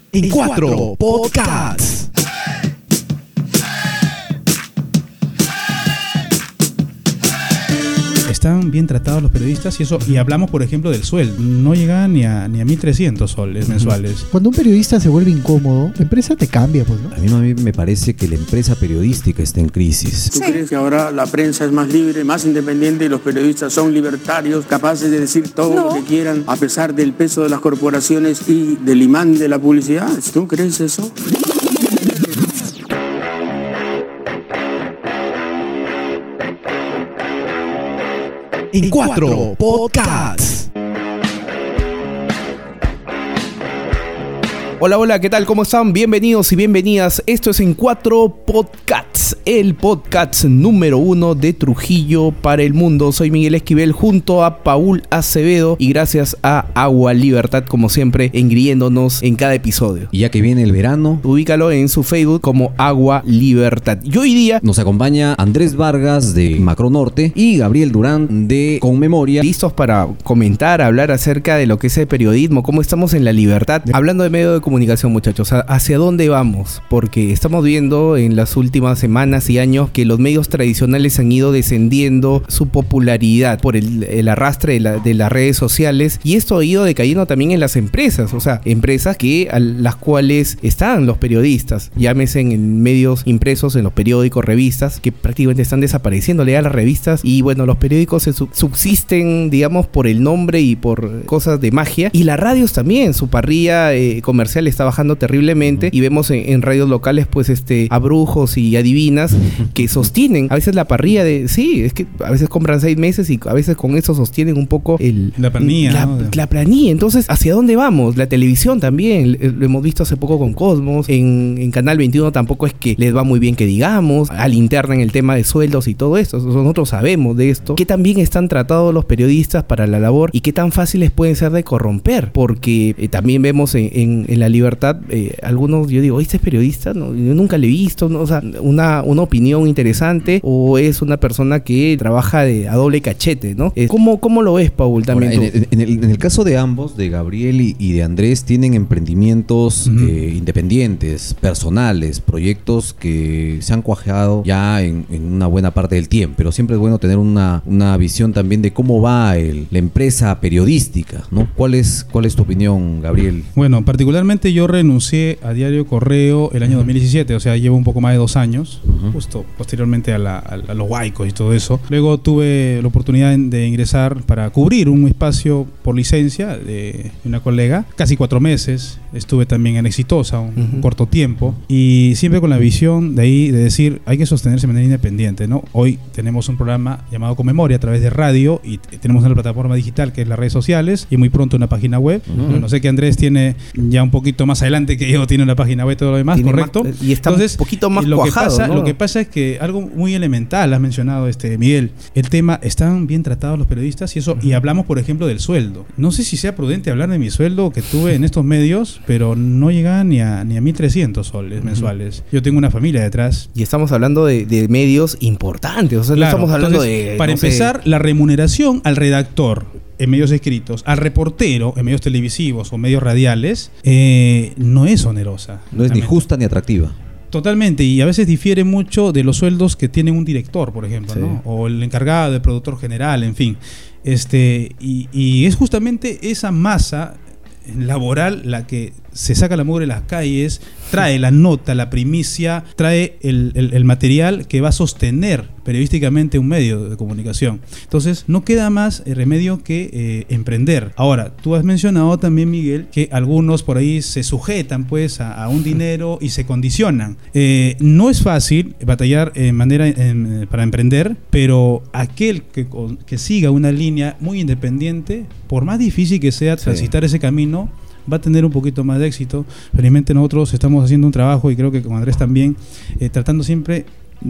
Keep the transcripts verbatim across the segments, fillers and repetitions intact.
En cuatro Podcasts. Están bien tratados los periodistas y eso, y hablamos por ejemplo del sueldo, no llegan ni a ni a mil trescientos soles mensuales. Cuando un periodista se vuelve incómodo, la empresa te cambia, pues, ¿no? A mí, a mí me parece que la empresa periodística está en crisis. ¿Tú crees que ahora la prensa es más libre, más independiente y los periodistas son libertarios, capaces de decir todo no. lo que quieran a pesar del peso de las corporaciones y del imán de la publicidad? ¿Tú crees eso? En cuatro Podcasts. Hola, hola, ¿qué tal? ¿Cómo están? Bienvenidos y bienvenidas. Esto es En cuatro Podcasts, el podcast número uno de Trujillo para el mundo. Soy Miguel Esquivel junto a Paul Acevedo y gracias a Agua Libertad, como siempre, engriéndonos en cada episodio. Y ya que viene el verano, ubícalo en su Facebook como Agua Libertad. Y hoy día nos acompaña Andrés Vargas de Macro Norte y Gabriel Durán de Conmemoria. Listos para comentar, hablar acerca de lo que es el periodismo, cómo estamos en la libertad. Hablando de medio de comunicación, muchachos, ¿hacia dónde vamos? Porque estamos viendo en las últimas semanas y años que los medios tradicionales han ido descendiendo su popularidad por el, el arrastre de, la, de las redes sociales, y esto ha ido decayendo también en las empresas, o sea, empresas que a las cuales están los periodistas, llámese en medios impresos, en los periódicos, revistas, que prácticamente están desapareciendo. Lean las revistas y bueno, los periódicos se subsisten, digamos, por el nombre y por cosas de magia, y las radios también, su parrilla eh, comercial está bajando terriblemente, uh-huh. y vemos en, en radios locales pues este a brujos y adivinas que sostienen a veces la parrilla de, sí, es que a veces compran seis meses y a veces con eso sostienen un poco el la planilla, la, ¿no? la planilla. Entonces, ¿hacia dónde vamos? La televisión también, lo hemos visto hace poco con Cosmos, en, en Canal veintiuno tampoco es que les va muy bien que digamos, al interna en el tema de sueldos y todo esto. Nosotros sabemos de esto, qué tan bien están tratados los periodistas para la labor y qué tan fáciles pueden ser de corromper, porque eh, también vemos en, en, en la libertad, eh, algunos, yo digo, ¿este es periodista? No, yo nunca le he visto, ¿no? O sea, una, una opinión interesante, o es una persona que trabaja de, a doble cachete, ¿no? Eh, ¿cómo, ¿Cómo lo ves, Paul? También Ahora, en, en, el, en el caso de ambos, de Gabriel y, y de Andrés, tienen emprendimientos uh-huh. eh, independientes, personales, proyectos que se han cuajado ya en, en una buena parte del tiempo, pero siempre es bueno tener una, una visión también de cómo va el, la empresa periodística, ¿no? ¿Cuál es, cuál es tu opinión, Gabriel? Bueno, particularmente yo renuncié a Diario Correo el año uh-huh. dos mil diecisiete, o sea, llevo un poco más de dos años, uh-huh. justo posteriormente a, la, a, a los huaicos y todo eso. Luego tuve la oportunidad de ingresar para cubrir un espacio por licencia de una colega, casi cuatro meses. Estuve también en Exitosa, un, uh-huh. un corto tiempo, y siempre con la visión de ahí de decir, hay que sostenerse de manera independiente, ¿no? Hoy tenemos un programa llamado Conmemoria a través de radio y t- tenemos una plataforma digital que es las redes sociales y muy pronto una página web. Uh-huh. Bueno, sé que Andrés tiene ya un poquito más adelante que yo, tiene una página web y todo lo demás, tiene ¿correcto? Más, y está Entonces, un poquito más lo cuajado, que pasa, ¿no? Lo que pasa es que algo muy elemental has mencionado, este Miguel, el tema, ¿están bien tratados los periodistas? Y eso, uh-huh. y hablamos, por ejemplo, del sueldo. No sé si sea prudente hablar de mi sueldo que tuve en estos medios, pero no llegaba ni a ni a mil trescientos soles uh-huh. mensuales. Yo tengo una familia detrás. Y estamos hablando de, de medios importantes, o sea, claro, no estamos hablando entonces, de... Para no empezar, sé, la remuneración al redactor en medios escritos, al reportero en medios televisivos o medios radiales, eh, no es onerosa. No es ni justa ni atractiva. Totalmente, y a veces difiere mucho de los sueldos que tiene un director, por ejemplo, sí. ¿no? O el encargado del productor general, en fin. Este, y, y es justamente esa masa laboral la que se saca la mugre de las calles, trae la nota, la primicia, trae el, el, el material que va a sostener periodísticamente un medio de comunicación. Entonces, no queda más remedio que eh, emprender. Ahora, tú has mencionado también, Miguel, que algunos por ahí se sujetan pues a, a un dinero y se condicionan. Eh, no es fácil batallar en manera en, para emprender, pero aquel que, que siga una línea muy independiente, por más difícil que sea transitar sí. ese camino, va a tener un poquito más de éxito. Felizmente nosotros estamos haciendo un trabajo, y creo que con Andrés también, eh, tratando siempre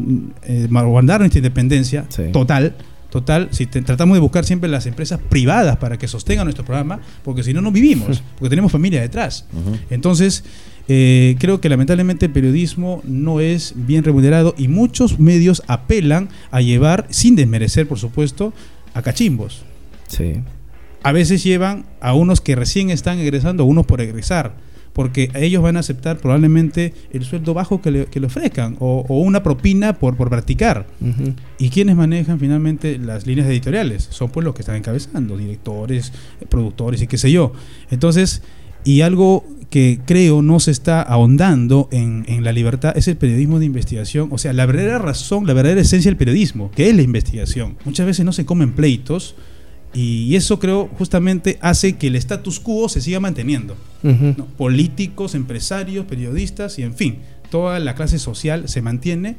eh, guardar nuestra independencia sí. total, total, si te, tratamos de buscar siempre las empresas privadas para que sostengan nuestro programa, porque si no, no vivimos, porque tenemos familia detrás. Uh-huh. Entonces, eh, creo que lamentablemente el periodismo no es bien remunerado y muchos medios apelan a llevar, sin desmerecer, por supuesto, a cachimbos. Sí. A veces llevan a unos que recién están egresando, a unos por egresar, porque ellos van a aceptar probablemente el sueldo bajo que le, que le ofrezcan o, o una propina por, por practicar. Uh-huh. ¿Y quiénes manejan finalmente las líneas editoriales? Son pues los que están encabezando, directores, productores y qué sé yo. Entonces, y algo que creo no se está ahondando en, en la libertad es el periodismo de investigación, o sea, la verdadera razón, la verdadera esencia del periodismo, que es la investigación. Muchas veces no se comen pleitos y eso creo justamente hace que el status quo se siga manteniendo. Uh-huh. ¿No? Políticos, empresarios, periodistas y en fin, toda la clase social se mantiene.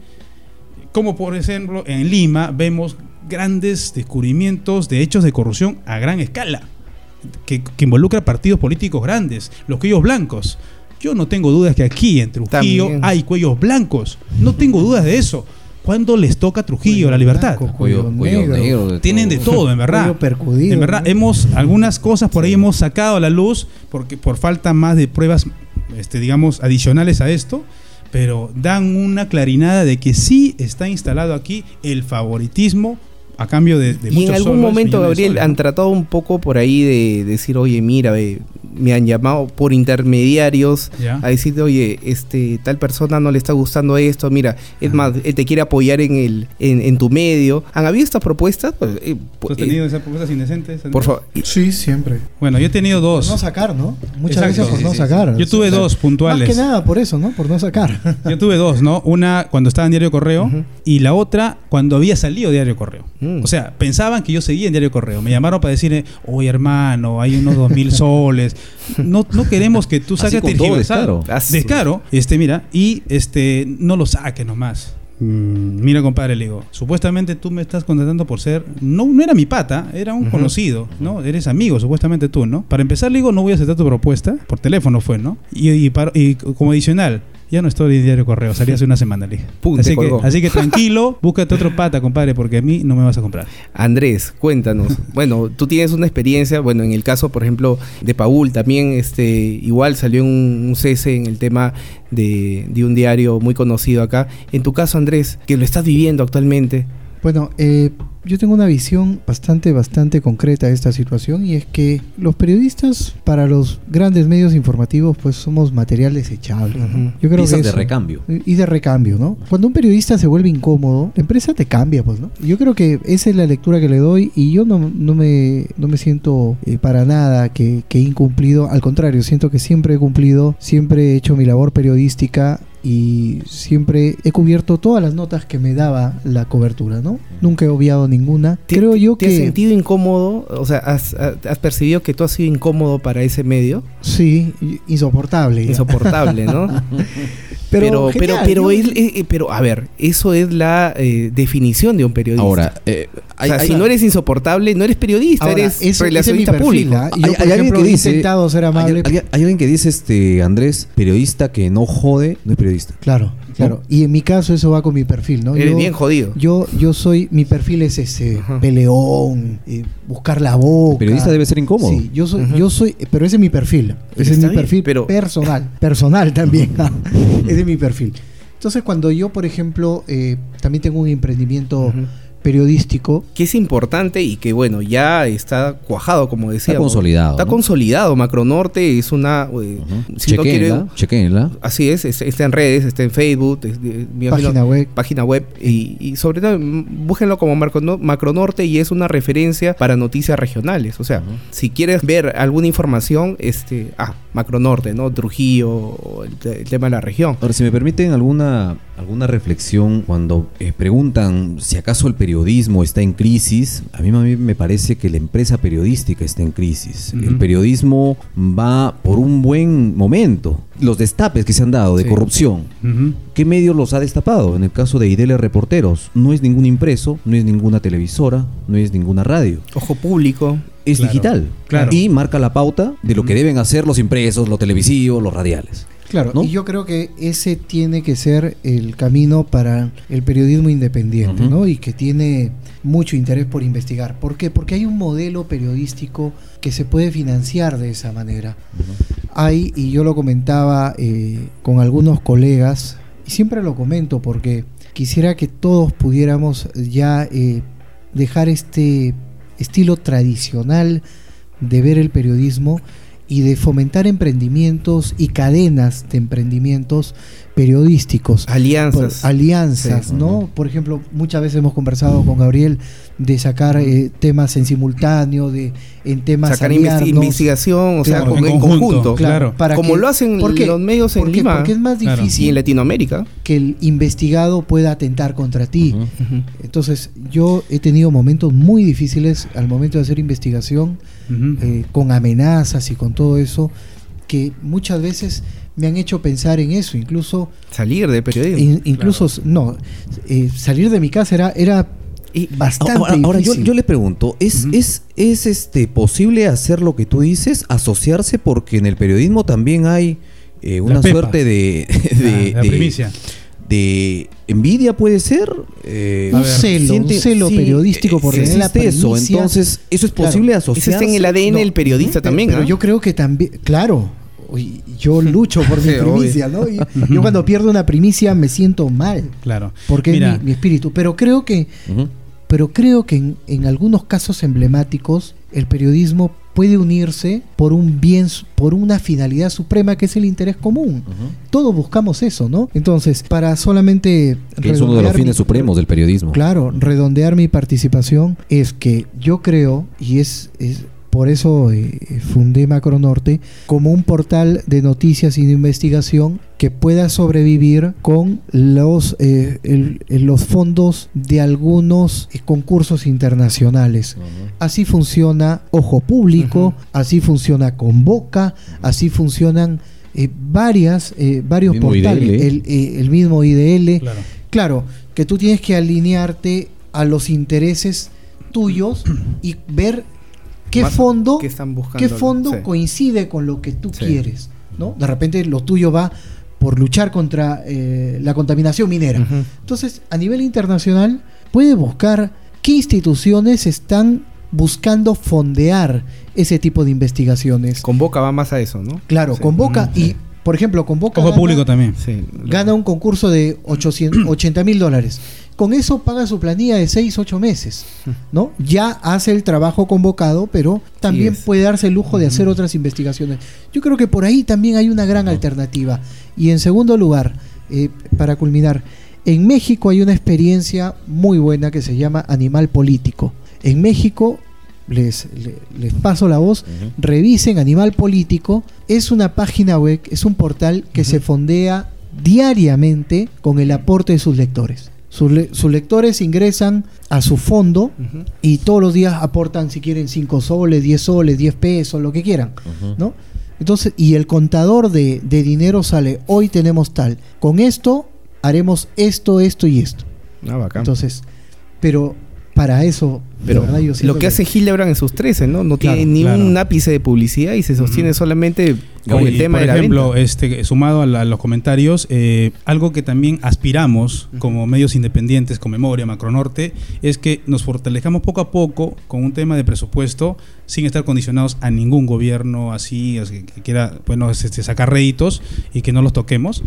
Como por ejemplo en Lima vemos grandes descubrimientos de hechos de corrupción a gran escala. Que, que involucra partidos políticos grandes, los cuellos blancos. Yo no tengo dudas que aquí en Trujillo también hay cuellos blancos. No tengo dudas de eso. ¿Cuándo les toca a Trujillo cuello la libertad? Blanco, cuello, cuello negro. negro de Tienen de todo, en verdad. Cuello percudido, en verdad, ¿no? hemos algunas cosas por ahí hemos sacado a la luz porque por falta más de pruebas, este, digamos, adicionales a esto. Pero dan una clarinada de que sí está instalado aquí el favoritismo a cambio de, de y muchos en algún soles, momento, Gabriel, soles, ¿no? han tratado un poco por ahí de decir, oye, mira, ve, me han llamado por intermediarios ¿Ya? a decirte, oye, este tal persona no le está gustando esto, mira, es ah. más, él te quiere apoyar en el en, en tu medio. ¿Han habido estas propuestas? Pues, eh, ¿Tú has tenido eh, esas propuestas indecentes? Por favor. Sí, siempre. Bueno, yo he tenido dos. Por no sacar, ¿no? Muchas Exacto, veces por sí, no sí, sacar. Yo tuve o sea, dos puntuales. Más que nada por eso, ¿no? Por no sacar. Yo tuve dos, ¿no? Una cuando estaba en Diario Correo uh-huh. y la otra cuando había salido Diario Correo. Uh-huh. O sea, pensaba que yo seguía en Diario Correo. Me llamaron para decirme, oye hermano, hay unos dos mil soles. No, no queremos que tú saques tergiversado. Descaro. Este, mira, y este, no lo saques nomás. Mm, mira, compadre, le digo, supuestamente tú me estás contratando por ser, no, no era mi pata, era un uh-huh. conocido, ¿no? Eres amigo, supuestamente tú, ¿no? Para empezar, le digo, no voy a aceptar tu propuesta, por teléfono fue, ¿no? Y, y, para, y como adicional, ya no estoy en Diario Correo, salí hace una semana, le dije. Así que, así que tranquilo, búscate otro pata, compadre, porque a mí no me vas a comprar. Andrés, cuéntanos. Bueno, tú tienes una experiencia, bueno, en el caso, por ejemplo, de Paul, también este, igual salió un, un cese en el tema de, de un diario muy conocido acá. En tu caso, Andrés, que lo estás viviendo actualmente. Bueno, eh, yo tengo una visión bastante, bastante concreta de esta situación, y es que los periodistas para los grandes medios informativos pues somos material desechable, ¿no? Uh-huh. Yo creo Piezas que de eso, recambio. Y de recambio, ¿no? Cuando un periodista se vuelve incómodo, la empresa te cambia, pues, ¿no? Yo creo que esa es la lectura que le doy, y yo no, no, me, no me siento eh, para nada que, que he incumplido, al contrario, siento que siempre he cumplido, siempre he hecho mi labor periodística y siempre he cubierto todas las notas que me daba la cobertura, ¿no? Nunca he obviado ninguna. Creo yo ¿Te que... has sentido incómodo? O sea, ¿has, has percibido que tú has sido incómodo para ese medio? Sí, insoportable. Ya. Insoportable, ¿no? Pero, pero, genial, pero, pero, ¿no? es, eh, pero, a ver, eso es la eh, definición de un periodista. Ahora, eh, hay, o sea, hay, si no eres insoportable, no eres periodista, ahora, eres eso, relacionista ese es mi perfil, público. ¿eh? Yo, hay, por hay ejemplo, alguien que he dice, intentado ser amable. Hay, hay, hay alguien que dice, este Andrés, periodista que no jode, no es periodista. Claro, claro. ¿No? Y en mi caso eso va con mi perfil, ¿no? Eres yo, bien jodido. Yo, yo soy, mi perfil es ese, uh-huh. peleón, eh, buscar la boca. El periodista debe ser incómodo. Sí, yo soy, uh-huh. yo soy, pero ese es mi perfil. Ese es mi bien, perfil pero... personal, personal también. Ese es mi perfil. Entonces, cuando yo, por ejemplo, eh, también tengo un emprendimiento uh-huh. periodístico, que es importante y que, bueno, ya está cuajado, como decía. Está consolidado. Está ¿no? consolidado. Macronorte es una... Eh, uh-huh. si chequéenla, no quiere, chequéenla. Así es, es, está en redes, está en Facebook, es, eh, página imagino, web. Página web y, y sobre todo, búsquenlo como Macrono, Macronorte, y es una referencia para noticias regionales. O sea, uh-huh. si quieres ver alguna información, este, ah, Macronorte, ¿no? Trujillo, el, el tema de la región. Ahora, si me permiten alguna, alguna reflexión, cuando eh, preguntan si acaso el periodismo está en crisis, a mí, a mí me parece que la empresa periodística está en crisis. Uh-huh. El periodismo va por un buen momento. Los destapes que se han dado de sí. corrupción, uh-huh. ¿qué medios los ha destapado? En el caso de I D L Reporteros, no es ningún impreso, no es ninguna televisora, no es ninguna radio. Ojo Público. Es claro, digital. Claro. Y marca la pauta de lo que deben hacer los impresos, los televisivos, los radiales. Claro, ¿no? Y yo creo que ese tiene que ser el camino para el periodismo independiente, uh-huh. ¿no? Y que tiene mucho interés por investigar. ¿Por qué? Porque hay un modelo periodístico que se puede financiar de esa manera. Uh-huh. Hay, y yo lo comentaba eh, con algunos colegas, y siempre lo comento porque quisiera que todos pudiéramos ya eh, dejar este estilo tradicional de ver el periodismo y de fomentar emprendimientos y cadenas de emprendimientos periodísticos. Alianzas. Por, alianzas, sí, ¿no? Uh-huh. Por ejemplo, muchas veces hemos conversado con Gabriel de sacar eh, temas en simultáneo, de en temas sacar aliarnos, investigación, o sea, claro, con, en conjunto, conjunto, claro. Para como que, lo hacen los medios en Lima. Porque es más difícil, claro, y en Latinoamérica, que el investigado pueda atentar contra ti. Uh-huh. Uh-huh. Entonces, yo he tenido momentos muy difíciles al momento de hacer investigación, uh-huh. eh, con amenazas y con todo eso, que muchas veces me han hecho pensar en eso, incluso salir de periodismo. In, incluso, claro. no, eh, salir de mi casa era, era y bastante ahora, ahora difícil. yo, yo le pregunto, ¿es, uh-huh. es, es este posible hacer lo que tú dices, asociarse? Porque en el periodismo también hay eh, una suerte de, de, la, la primicia. de, de envidia, puede ser. Eh, un celo, siente, un celo sí, periodístico por tener la primicia. Eso, entonces, ¿eso es posible claro. asociarse? Eso está en el A D N del no, periodista no, también. Pero ¿no? yo creo que también, claro, yo lucho por mi primicia, ¿no? Y yo cuando pierdo una primicia me siento mal. Claro. Porque Mira. es mi, mi espíritu. Pero creo que, uh-huh. pero creo que en, en algunos casos emblemáticos el periodismo puede unirse por un bien, por una finalidad suprema que es el interés común. Uh-huh. Todos buscamos eso, ¿no? Entonces, para solamente que es uno de los fines mi, supremos del periodismo. Claro, redondear mi participación es que yo creo, y es, es por eso eh, fundé Macronorte como un portal de noticias y de investigación que pueda sobrevivir con los, eh, el, los fondos de algunos eh, concursos internacionales. Uh-huh. Así funciona Ojo Público, uh-huh. así funciona Convoca, así funcionan eh, varias, eh, varios el portales. El, eh, el mismo I D L. Claro. Claro, que tú tienes que alinearte a los intereses tuyos y ver qué Más fondo, que están buscando, qué fondo sí. coincide con lo que tú sí. quieres, ¿no? De repente lo tuyo va por luchar contra eh, la contaminación minera. Uh-huh. Entonces, a nivel internacional, puede buscar qué instituciones están buscando fondear ese tipo de investigaciones. Convoca va más a eso, ¿no? Claro, sí. Convoca uh-huh. y, por ejemplo, Convoca Ojo Público también. Sí, gana un concurso de ochenta mil dólares. Con eso paga su planilla de seis, ocho meses, ¿no? Ya hace el trabajo convocado, pero también sí puede darse el lujo de hacer otras investigaciones. Yo creo que por ahí también hay una gran alternativa. Y en segundo lugar, eh, para culminar, en México hay una experiencia muy buena que se llama Animal Político. En México, les, les, les paso la voz, uh-huh. revisen Animal Político. Es una página web, es un portal que uh-huh. se fondea diariamente con el aporte de sus lectores. Sus, le- sus lectores ingresan a su fondo uh-huh. y todos los días aportan, si quieren, cinco soles, diez soles, diez pesos, lo que quieran, uh-huh. ¿no? Entonces, y el contador de, de dinero sale, hoy tenemos tal, con esto haremos esto, esto y esto. Ah, bacán. Entonces, pero para eso, pero verdad, yo lo que, que hace Hildebrand en sus trece, ¿no? No claro, tiene ni claro. un ápice de publicidad y se sostiene uh-huh. solamente con Oye, el tema por de la ejemplo, venta. Este, sumado a, la, a los comentarios, eh, algo que también aspiramos uh-huh. como medios independientes, con Memoria, Macronorte, es que nos fortalezcamos poco a poco con un tema de presupuesto sin estar condicionados a ningún gobierno así, así que quiera bueno, este, sacar réditos y que no los toquemos.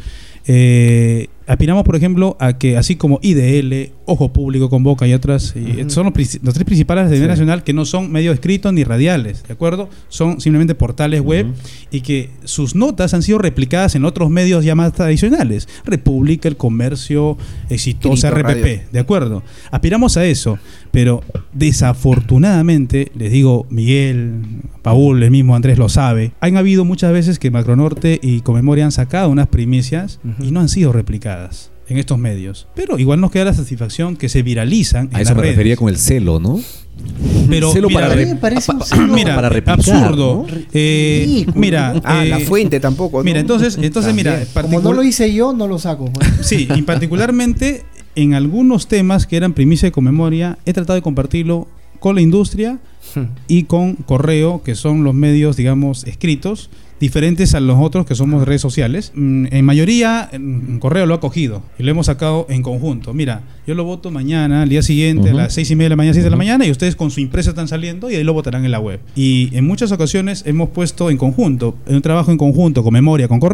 Eh, aspiramos, por ejemplo, a que así como I D L, Ojo Público, Convoca y otras, uh-huh. son los, los tres principales de nivel sí. nacional que no son medios escritos ni radiales, ¿de acuerdo? Son simplemente portales web uh-huh. y que sus notas han sido replicadas en otros medios ya más tradicionales, República, El Comercio, Exitosa, R P P, radio. ¿De acuerdo? Aspiramos a eso, pero desafortunadamente, les digo, Miguel, Paul, el mismo Andrés lo sabe, han habido muchas veces que Macronorte y Conmemoria han sacado unas primicias uh-huh. y no han sido replicadas en estos medios, pero igual nos queda la satisfacción que se viralizan en a eso me redes. Refería con el celo, ¿no? Pero celo mira, para, a mí me parece un celo mira, para replicar, absurdo. ¿no? Eh, mira, ah, eh, la fuente tampoco, ¿no? Mira, entonces, entonces mira, como no lo hice yo, no lo saco. Pues. Sí, y particularmente en algunos temas que eran primicia de Conmemoria, he tratado de compartirlo con la industria y con Correo, que son los medios, digamos, escritos, diferentes a los otros que somos de redes sociales. En mayoría, en Correo lo ha cogido y lo hemos sacado en conjunto. Mira, yo lo voto mañana, al día siguiente, uh-huh. a las seis y media de la mañana, siete uh-huh. de la mañana, y ustedes con su impresa están saliendo y ahí lo votarán en la web. Y en muchas ocasiones hemos puesto en conjunto, en un trabajo en conjunto con Memoria, con Correo,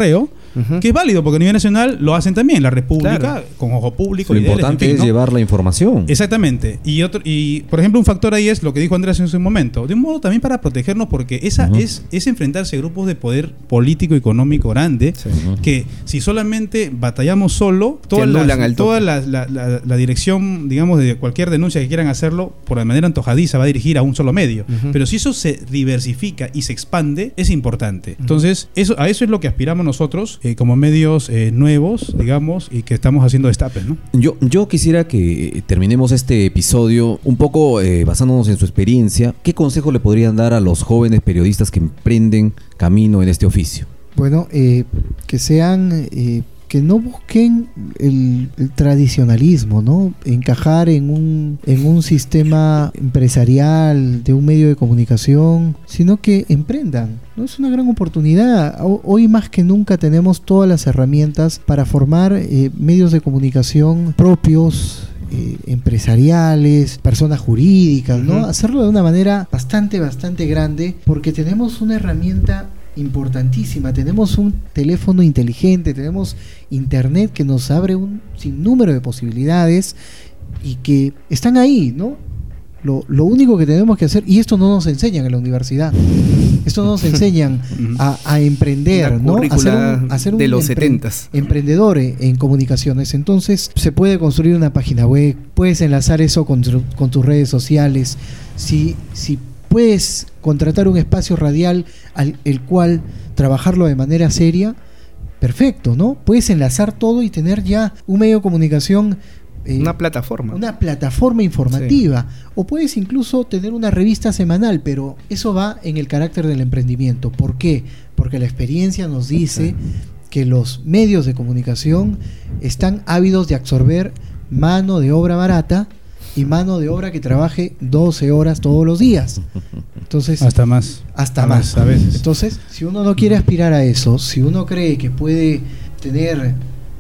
uh-huh. que es válido porque a nivel nacional lo hacen también, la República, claro. con ojo público. Lo líderes, importante en fin, es ¿no? llevar la información. Exactamente. Y, otro, y, por ejemplo, un factor ahí es lo que dijo Andrés en su momento, de un modo también para protegernos, porque esa uh-huh. es, es enfrentarse a grupos de poder político y económico grande, sí. uh-huh. que si solamente batallamos solo, toda, las, toda la, la, la, la dirección, digamos, de cualquier denuncia que quieran hacerlo, por de manera antojadiza, va a dirigir a un solo medio. Uh-huh. Pero si eso se diversifica y se expande, es importante. Uh-huh. Entonces, eso, a eso es lo que aspiramos nosotros, eh, como medios eh, nuevos, digamos, y que estamos haciendo destapes, ¿no? Yo, yo quisiera que terminemos este episodio un poco eh, basándonos en su experiencia. ¿Qué consejo le podrían dar a los jóvenes periodistas que emprenden camino en este oficio? Bueno, eh, que sean... Eh, que no busquen el, el tradicionalismo, ¿no? Encajar en un, en un sistema empresarial de un medio de comunicación, sino que emprendan, ¿no? Es una gran oportunidad. Hoy más que nunca tenemos todas las herramientas para formar eh, medios de comunicación propios, eh, empresariales, personas jurídicas, ¿no? Uh-huh. Hacerlo de una manera bastante, bastante grande, porque tenemos una herramienta importantísima. Tenemos un teléfono inteligente, tenemos internet que nos abre un sinnúmero de posibilidades y que están ahí, ¿no? Lo, lo único que tenemos que hacer, y esto no nos enseñan en la universidad, esto no nos enseñan a, a emprender, ¿no? A ser un, a ser un de los empre- setentas. emprendedor en comunicaciones. Entonces se puede construir una página web, puedes enlazar eso con, con tus redes sociales. Si, si puedes contratar un espacio radial al el cual trabajarlo de manera seria, perfecto, ¿no? Puedes enlazar todo y tener ya un medio de comunicación, eh, una plataforma. Una plataforma informativa. Sí. O puedes incluso tener una revista semanal, pero eso va en el carácter del emprendimiento. ¿Por qué? Porque la experiencia nos dice sí. que los medios de comunicación están ávidos de absorber mano de obra barata y mano de obra que trabaje doce horas todos los días. Entonces, hasta más. Hasta a más. A veces. Entonces, si uno no quiere aspirar a eso, si uno cree que puede tener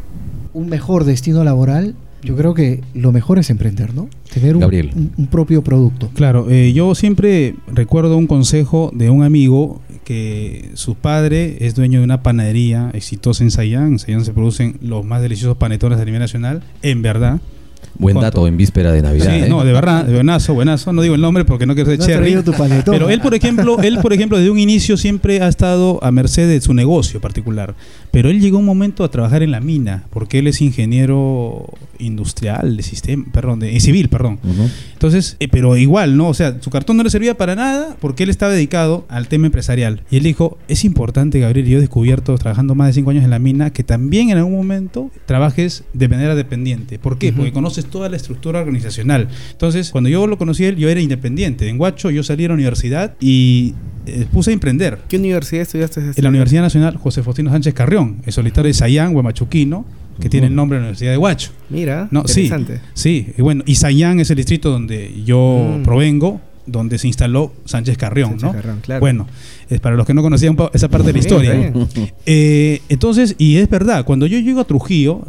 un mejor destino laboral, yo creo que lo mejor es emprender, ¿no? Tener un, un, un propio producto. Claro, eh, yo siempre recuerdo un consejo de un amigo que su padre es dueño de una panadería exitosa en Sayán. En Sayán se producen los más deliciosos panetones a nivel nacional, en verdad. Buen dato en víspera de Navidad. Sí, ¿eh? no, de verdad, de buenazo, buenazo. No digo el nombre porque no quiero ser no cherry. Tu panetón. Pero él, por ejemplo, él, por ejemplo, desde un inicio siempre ha estado a merced de su negocio particular. Pero él llegó un momento a trabajar en la mina, porque él es ingeniero industrial de sistema, perdón, de, civil, perdón. Uh-huh. Entonces, eh, pero igual, ¿no? O sea, su cartón no le servía para nada porque él estaba dedicado al tema empresarial. Y él dijo, es importante, Gabriel, yo he descubierto, trabajando más de cinco años en la mina, que también en algún momento trabajes de manera dependiente. ¿Por qué? Uh-huh. Porque conoces toda la estructura organizacional. Entonces, cuando yo lo conocí a él, yo era independiente. En Huacho yo salí a la universidad y eh, puse a emprender. ¿Qué universidad estudiaste? En la Universidad Nacional José Faustino Sánchez Carrión, el solitario de Sayán, Huamachuquino, que uh-huh. tiene el nombre de la Universidad de Huacho. Mira, no, interesante. Sí, sí, y bueno, y Sayán es el distrito donde yo mm. provengo, donde se instaló Sánchez Carrión, Sánchez ¿no? Carrión, claro. Bueno, es para los que no conocían esa parte de la historia. Bien, bien. Eh, entonces, y es verdad, cuando yo llego a Trujillo,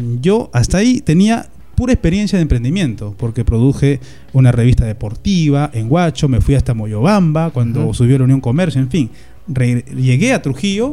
yo hasta ahí tenía pura experiencia de emprendimiento, porque produje una revista deportiva en Huacho, me fui hasta Moyobamba cuando uh-huh. subió la Unión Comercio, en fin, re- llegué a Trujillo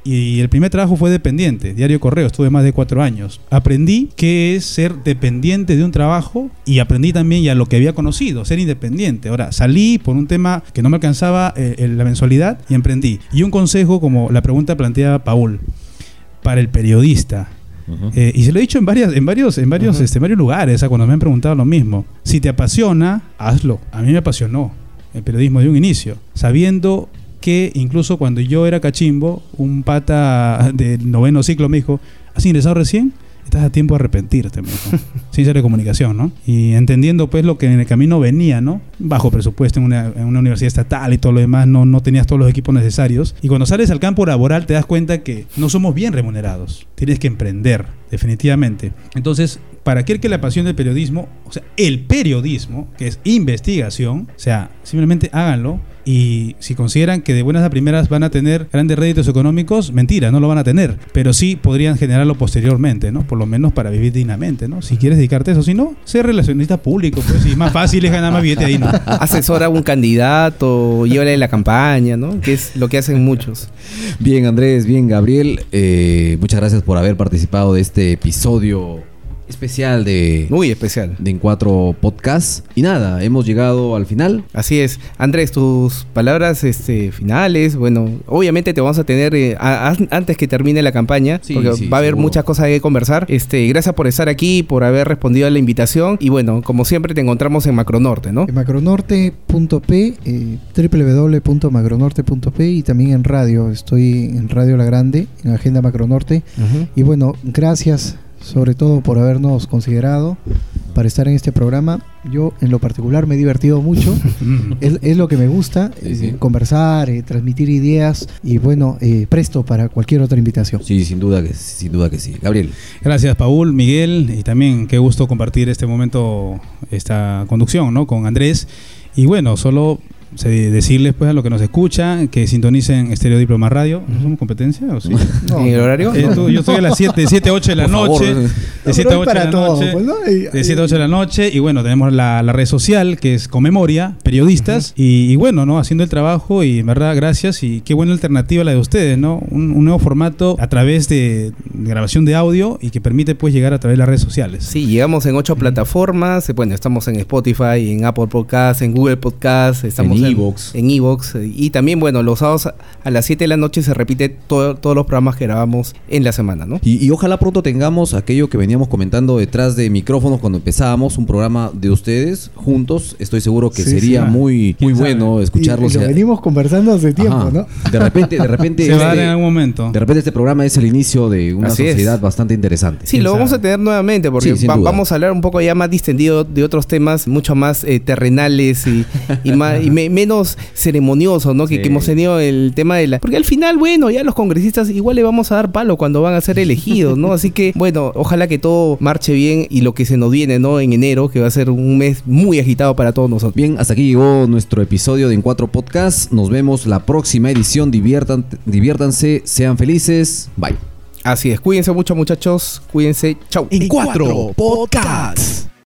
y el primer trabajo fue dependiente, Diario Correo, estuve más de cuatro años. Aprendí qué es ser dependiente de un trabajo y aprendí también ya lo que había conocido, ser independiente. Ahora, salí por un tema que no me alcanzaba eh, la mensualidad y emprendí. Y un consejo, como la pregunta plantea Paul, para el periodista. Uh-huh. Eh, y se lo he dicho en varias, en varios, en varios, uh-huh. este, varios lugares, ¿eh? Cuando me han preguntado lo mismo. Si te apasiona, hazlo. A mí me apasionó el periodismo de un inicio, sabiendo que incluso cuando yo era cachimbo, un pata del noveno ciclo me dijo, ¿has ingresado recién? Estás a tiempo de arrepentirte, me dijo. Ciencia de comunicación, ¿no? Y entendiendo pues lo que en el camino venía, ¿no? Bajo presupuesto en una, en una universidad estatal y todo lo demás, no, no tenías todos los equipos necesarios. Y cuando sales al campo laboral te das cuenta que no somos bien remunerados. Tienes que emprender, definitivamente. Entonces, para aquel que le apasione el periodismo, o sea, el periodismo, que es investigación, o sea, simplemente háganlo. Y si consideran que de buenas a primeras van a tener grandes réditos económicos, mentira, no lo van a tener, pero sí podrían generarlo posteriormente, ¿no? Por lo menos para vivir dignamente, ¿no? Si quieres dedicarte a eso, si no, ser relacionista público, pues, y más fácil es ganar más billete ahí, ¿no? Asesora a un candidato, llévale la campaña, ¿no? Que es lo que hacen muchos. Bien, Andrés, bien, Gabriel, eh, muchas gracias por haber participado de este episodio especial de Muy especial de En Cuatro Podcast. Y nada, hemos llegado al final. Así es. Andrés, tus palabras este, finales. Bueno, obviamente te vamos a tener eh, a, a, antes que termine la campaña, Sí, porque sí, va a haber seguro. muchas cosas que conversar. Este, gracias por estar aquí, por haber respondido a la invitación. Y bueno, como siempre te encontramos en Macronorte, ¿no? En macronorte punto p, eh, doble u doble u doble u punto macronorte punto p, y también en radio. Estoy en Radio La Grande, en Agenda Macronorte. Uh-huh. Y bueno, gracias sobre todo por habernos considerado para estar en este programa. Yo en lo particular me he divertido mucho. es, es lo que me gusta, Sí, sí. eh, conversar, eh, transmitir ideas, y bueno, eh, presto para cualquier otra invitación. Sí, sin duda que sin duda que sí. Gabriel. Gracias, Paul, Miguel, y también qué gusto compartir este momento, esta conducción, ¿no? Con Andrés. Y bueno, solo se- decirles pues a los que nos escuchan que sintonicen Estéreo Diploma Radio. ¿No somos competencia o sí? No, ¿En el horario? Eh, tú- yo estoy a las siete, siete, ocho de la Por favor. noche. No, De pero siete a hay ocho de para la todo, noche. pues, ¿no? Y- De siete a ocho de la noche. Y bueno, tenemos la, la red social que es Conmemoria, periodistas. y, y bueno, ¿no? Haciendo el trabajo, y en verdad, gracias. Y qué buena alternativa la de ustedes, ¿no? Un, un nuevo formato a través de, de grabación de audio y que permite pues llegar a través de las redes sociales. Sí, llegamos en ocho plataformas. eh, Bueno, estamos en Spotify, en Apple Podcasts, en Google Podcasts, estamos En en iVoox. En iVoox. eh, Y también, bueno, los sábados a- a las siete de la noche se repite todo- todos los programas que grabamos en la semana, ¿no? Y, y ojalá pronto tengamos aquello que veníamos comentando detrás de micrófonos cuando empezábamos, un programa de ustedes juntos. Estoy seguro que Sí, sería sí. muy, muy ¿Quién sabe? bueno escucharlos. Y, y lo venimos conversando hace tiempo, Ajá. ¿no? De repente, de repente, Se va a dar este- en algún momento. de repente este programa es el inicio de una Así es. sociedad bastante interesante. Sí, lo ¿Quién vamos sabe? a tener nuevamente porque Sí, sin va- duda. vamos a hablar un poco ya más distendido de otros temas mucho más eh, terrenales y, y, más, y me- menos ceremoniosos, ¿no? Que, Sí. que hemos tenido el tema de la... Porque al final, bueno, ya los congresistas igual le vamos a dar palo cuando van a ser elegidos, ¿no? Así que, bueno, ojalá que todo marche bien y lo que se nos viene, ¿no? En enero, que va a ser un mes muy agitado para todos nosotros. Bien, hasta aquí llegó nuestro episodio de En Cuatro Podcast. Nos vemos la próxima edición. Diviertan, diviértanse, sean felices. Bye. Así es, cuídense mucho, muchachos, cuídense, chau. En Cuatro Podcasts.